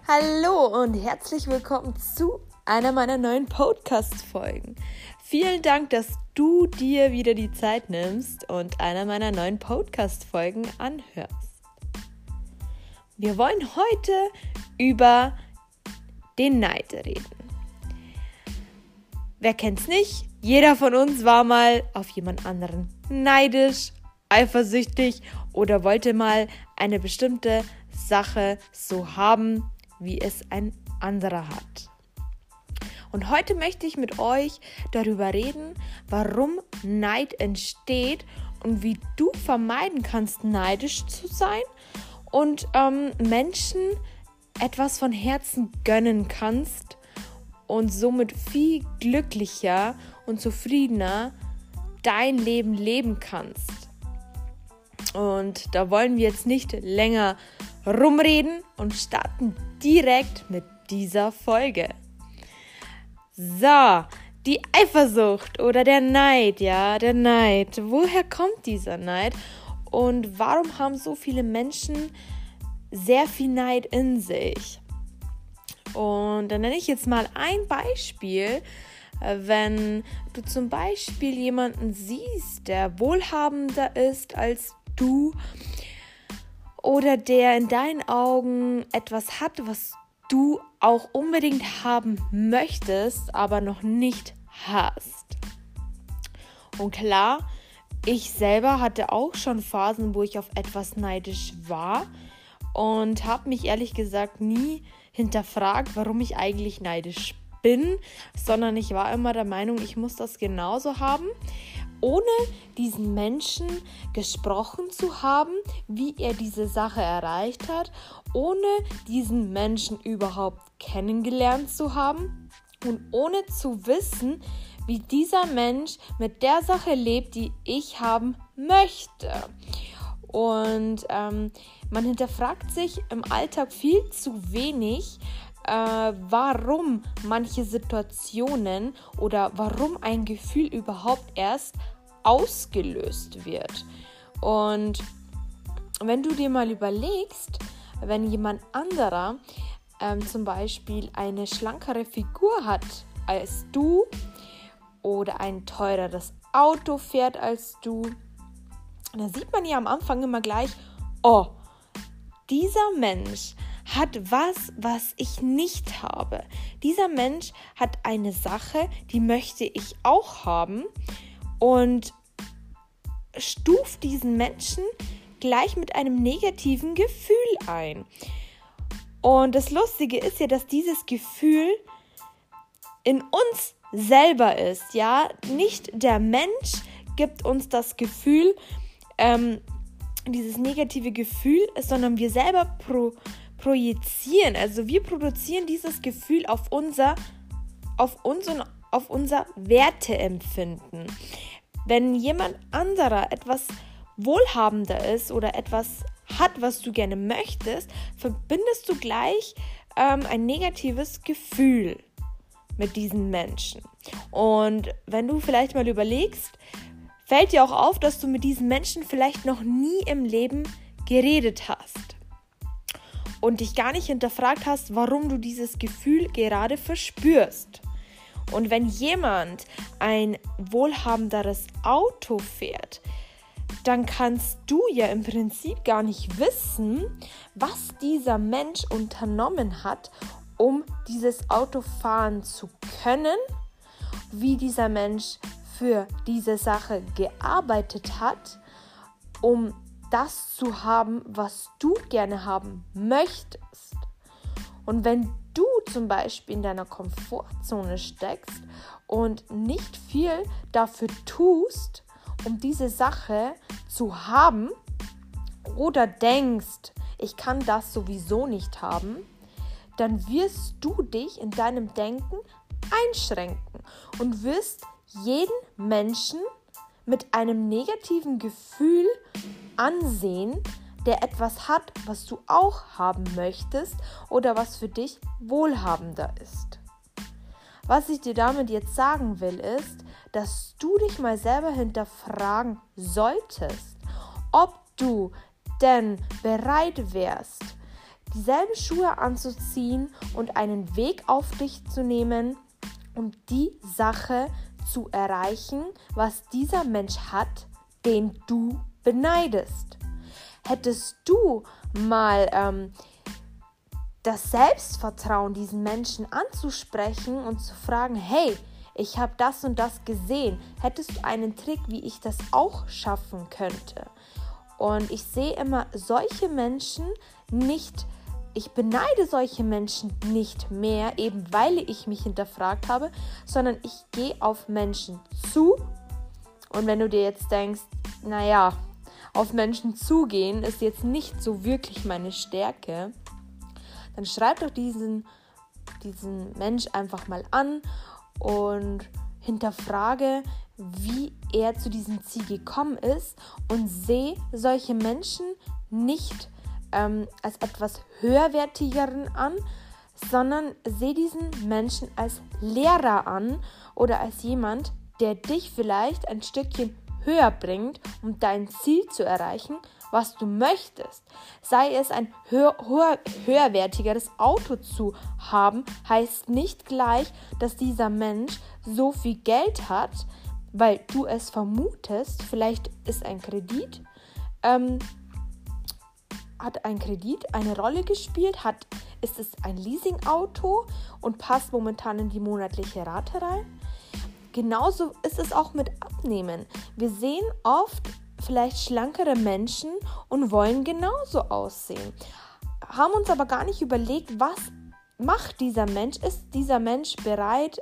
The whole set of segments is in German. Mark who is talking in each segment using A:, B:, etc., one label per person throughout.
A: Hallo und herzlich willkommen zu einer meiner neuen Podcast-Folgen. Vielen Dank, dass du dir wieder die Zeit nimmst und einer meiner neuen Podcast-Folgen anhörst. Wir wollen heute über den Neid reden. Wer kennt's nicht? Jeder von uns war mal auf jemand anderen neidisch, eifersüchtig oder wollte mal eine bestimmte Sache so haben, wie es ein anderer hat. Und heute möchte ich mit euch darüber reden, warum Neid entsteht und wie du vermeiden kannst, neidisch zu sein und Menschen etwas von Herzen gönnen kannst und somit viel glücklicher und zufriedener dein Leben leben kannst. Und da wollen wir jetzt nicht länger rumreden und starten direkt mit dieser Folge. So, die Eifersucht oder der Neid, der Neid. Woher kommt dieser Neid und warum haben so viele Menschen sehr viel Neid in sich? Und dann nenne ich jetzt mal ein Beispiel. Wenn du zum Beispiel jemanden siehst, der wohlhabender ist als du oder der in deinen Augen etwas hat, was du auch unbedingt haben möchtest, aber noch nicht hast. Und klar, ich selber hatte auch schon Phasen, wo ich auf etwas neidisch war und habe mich ehrlich gesagt nie hinterfragt, warum ich eigentlich neidisch bin, sondern ich war immer der Meinung, ich muss das genauso haben, ohne diesen Menschen gesprochen zu haben, wie er diese Sache erreicht hat, ohne diesen Menschen überhaupt kennengelernt zu haben und ohne zu wissen, wie dieser Mensch mit der Sache lebt, die ich haben möchte. Und man hinterfragt sich im Alltag viel zu wenig, warum manche Situationen oder warum ein Gefühl überhaupt erst ausgelöst wird. Und wenn du dir mal überlegst, wenn jemand anderer zum Beispiel eine schlankere Figur hat als du oder ein teureres Auto fährt als du, dann sieht man ja am Anfang immer gleich, oh, dieser Mensch hat was ich nicht habe. Dieser Mensch hat eine Sache, die möchte ich auch haben und stuft diesen Menschen gleich mit einem negativen Gefühl ein. Und das Lustige ist ja, dass dieses Gefühl in uns selber ist, ja. Nicht der Mensch gibt uns das Gefühl, dieses negative Gefühl, sondern wir selber projizieren. Also wir produzieren dieses Gefühl auf unser Werteempfinden. Wenn jemand anderer etwas wohlhabender ist oder etwas hat, was du gerne möchtest, verbindest du gleich ein negatives Gefühl mit diesen Menschen. Und wenn du vielleicht mal überlegst, fällt dir auch auf, dass du mit diesen Menschen vielleicht noch nie im Leben geredet hast und dich gar nicht hinterfragt hast, warum du dieses Gefühl gerade verspürst. Und wenn jemand ein wohlhabenderes Auto fährt, dann kannst du ja im Prinzip gar nicht wissen, was dieser Mensch unternommen hat, um dieses Auto fahren zu können, wie dieser Mensch für diese Sache gearbeitet hat, um das zu haben, was du gerne haben möchtest. Und wenn du zum Beispiel in deiner Komfortzone steckst und nicht viel dafür tust, um diese Sache zu haben oder denkst, ich kann das sowieso nicht haben, dann wirst du dich in deinem Denken einschränken und wirst jeden Menschen mit einem negativen Gefühl ansehen, der etwas hat, was du auch haben möchtest oder was für dich wohlhabender ist. Was ich dir damit jetzt sagen will, ist, dass du dich mal selber hinterfragen solltest, ob du denn bereit wärst, dieselben Schuhe anzuziehen und einen Weg auf dich zu nehmen, um die Sache zu erreichen, was dieser Mensch hat, den du beneidest. Hättest du mal das Selbstvertrauen, diesen Menschen anzusprechen und zu fragen, hey, ich habe das und das gesehen, hättest du einen Trick, wie ich das auch schaffen könnte? Und ich sehe immer solche Menschen nicht, ich beneide solche Menschen nicht mehr, eben weil ich mich hinterfragt habe, sondern ich gehe auf Menschen zu. Und wenn du dir jetzt denkst, naja, auf Menschen zugehen ist jetzt nicht so wirklich meine Stärke, dann schreib doch diesen Mensch einfach mal an und hinterfrage, wie er zu diesem Ziel gekommen ist und sehe solche Menschen nicht als etwas Höherwertigeren an, sondern sehe diesen Menschen als Lehrer an oder als jemand, der dich vielleicht ein Stückchen höher bringt, um dein Ziel zu erreichen, was du möchtest. Sei es ein höherwertigeres Auto zu haben, heißt nicht gleich, dass dieser Mensch so viel Geld hat, weil du es vermutest, vielleicht ist hat ein Kredit eine Rolle gespielt, ist es ein Leasingauto und passt momentan in die monatliche Rate rein. Genauso ist es auch mit Abnehmen. Wir sehen oft vielleicht schlankere Menschen und wollen genauso aussehen. Haben uns aber gar nicht überlegt, was macht dieser Mensch? Ist dieser Mensch bereit,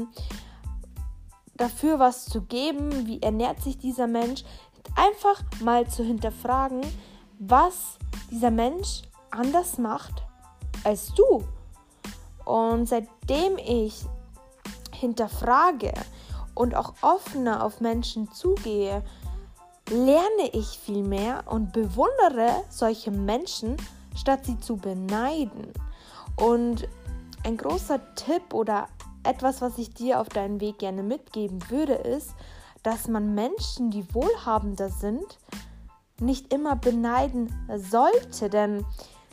A: dafür was zu geben? Wie ernährt sich dieser Mensch? Einfach mal zu hinterfragen, was dieser Mensch anders macht als du. Und seitdem ich hinterfrage und auch offener auf Menschen zugehe, lerne ich viel mehr und bewundere solche Menschen, statt sie zu beneiden. Und ein großer Tipp oder etwas, was ich dir auf deinen Weg gerne mitgeben würde, ist, dass man Menschen, die wohlhabender sind, nicht immer beneiden sollte, denn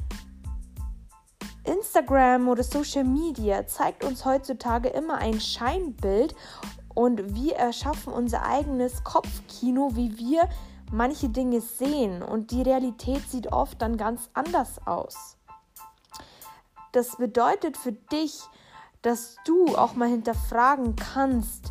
A: Instagram oder Social Media zeigt uns heutzutage immer ein Scheinbild und wir erschaffen unser eigenes Kopfkino, wie wir manche Dinge sehen, und die Realität sieht oft dann ganz anders aus. Das bedeutet für dich, dass du auch mal hinterfragen kannst,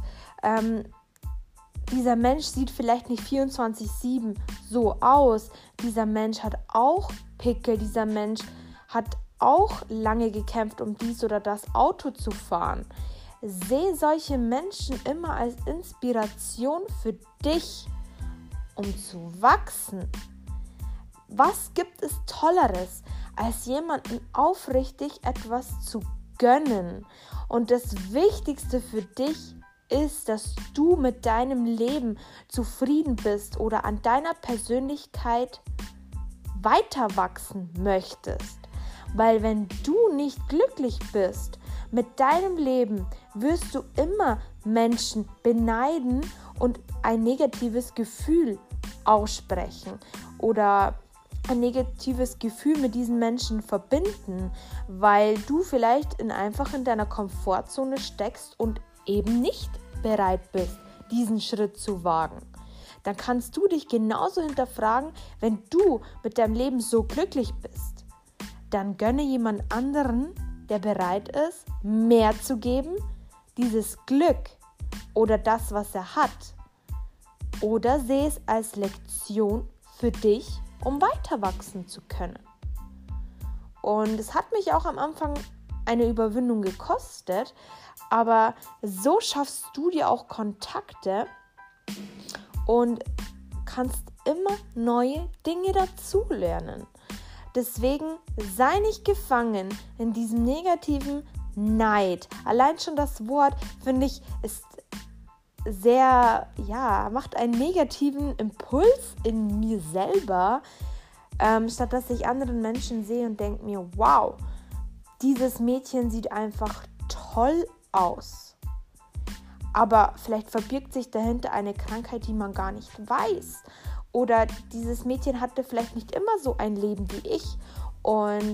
A: dieser Mensch sieht vielleicht nicht 24/7 so aus. Dieser Mensch hat auch Pickel. Dieser Mensch hat auch lange gekämpft, um dies oder das Auto zu fahren. Sehe solche Menschen immer als Inspiration für dich, um zu wachsen. Was gibt es Tolleres, als jemandem aufrichtig etwas zu gönnen? Und das Wichtigste für dich ist, dass du mit deinem Leben zufrieden bist oder an deiner Persönlichkeit weiter wachsen möchtest. Weil wenn du nicht glücklich bist mit deinem Leben, wirst du immer Menschen beneiden und ein negatives Gefühl aussprechen oder ein negatives Gefühl mit diesen Menschen verbinden, weil du vielleicht einfach in deiner Komfortzone steckst und eben nicht bereit bist, diesen Schritt zu wagen. Dann kannst du dich genauso hinterfragen, wenn du mit deinem Leben so glücklich bist. Dann gönne jemand anderen, der bereit ist, mehr zu geben, dieses Glück oder das, was er hat. Oder sehe es als Lektion für dich, um weiter wachsen zu können. Und es hat mich auch am Anfang eine Überwindung gekostet, aber so schaffst du dir auch Kontakte und kannst immer neue Dinge dazulernen. Deswegen sei nicht gefangen in diesem negativen Neid. Allein schon das Wort, finde ich, ist sehr, macht einen negativen Impuls in mir selber, statt dass ich anderen Menschen sehe und denke mir, wow, dieses Mädchen sieht einfach toll aus. Aber vielleicht verbirgt sich dahinter eine Krankheit, die man gar nicht weiß. Oder dieses Mädchen hatte vielleicht nicht immer so ein Leben wie ich. Und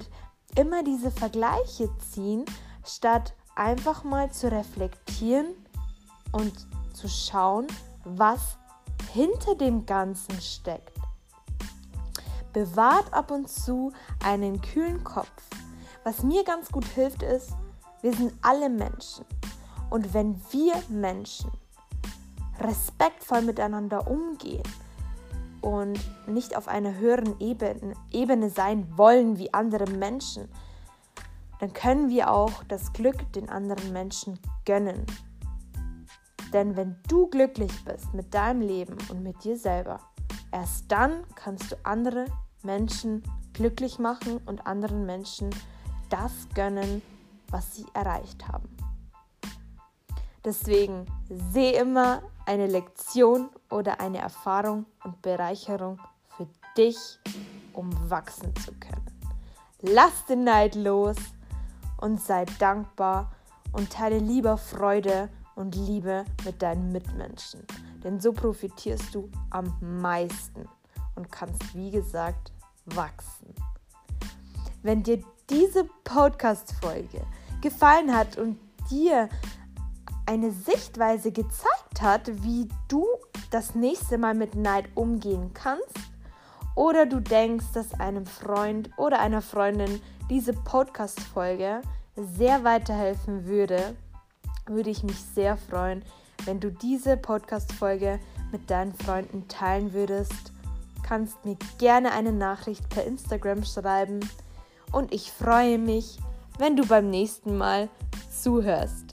A: immer diese Vergleiche ziehen, statt einfach mal zu reflektieren und zu schauen, was hinter dem Ganzen steckt. Bewahrt ab und zu einen kühlen Kopf. Was mir ganz gut hilft ist, wir sind alle Menschen. Und wenn wir Menschen respektvoll miteinander umgehen und nicht auf einer höheren Ebene sein wollen wie andere Menschen, dann können wir auch das Glück den anderen Menschen gönnen. Denn wenn du glücklich bist mit deinem Leben und mit dir selber, erst dann kannst du andere Menschen glücklich machen und anderen Menschen das gönnen, was sie erreicht haben. Deswegen sehe immer eine Lektion oder eine Erfahrung und Bereicherung für dich, um wachsen zu können. Lass den Neid los und sei dankbar und teile lieber Freude und Liebe mit deinen Mitmenschen. Denn so profitierst du am meisten und kannst, wie gesagt, wachsen. Wenn dir diese Podcast-Folge gefallen hat und dir eine Sichtweise gezeigt hat, wie du das nächste Mal mit Neid umgehen kannst, oder du denkst, dass einem Freund oder einer Freundin diese Podcast-Folge sehr weiterhelfen würde ich mich sehr freuen, wenn du diese Podcast-Folge mit deinen Freunden teilen würdest. Kannst mir gerne eine Nachricht per Instagram schreiben und ich freue mich, wenn du beim nächsten Mal zuhörst.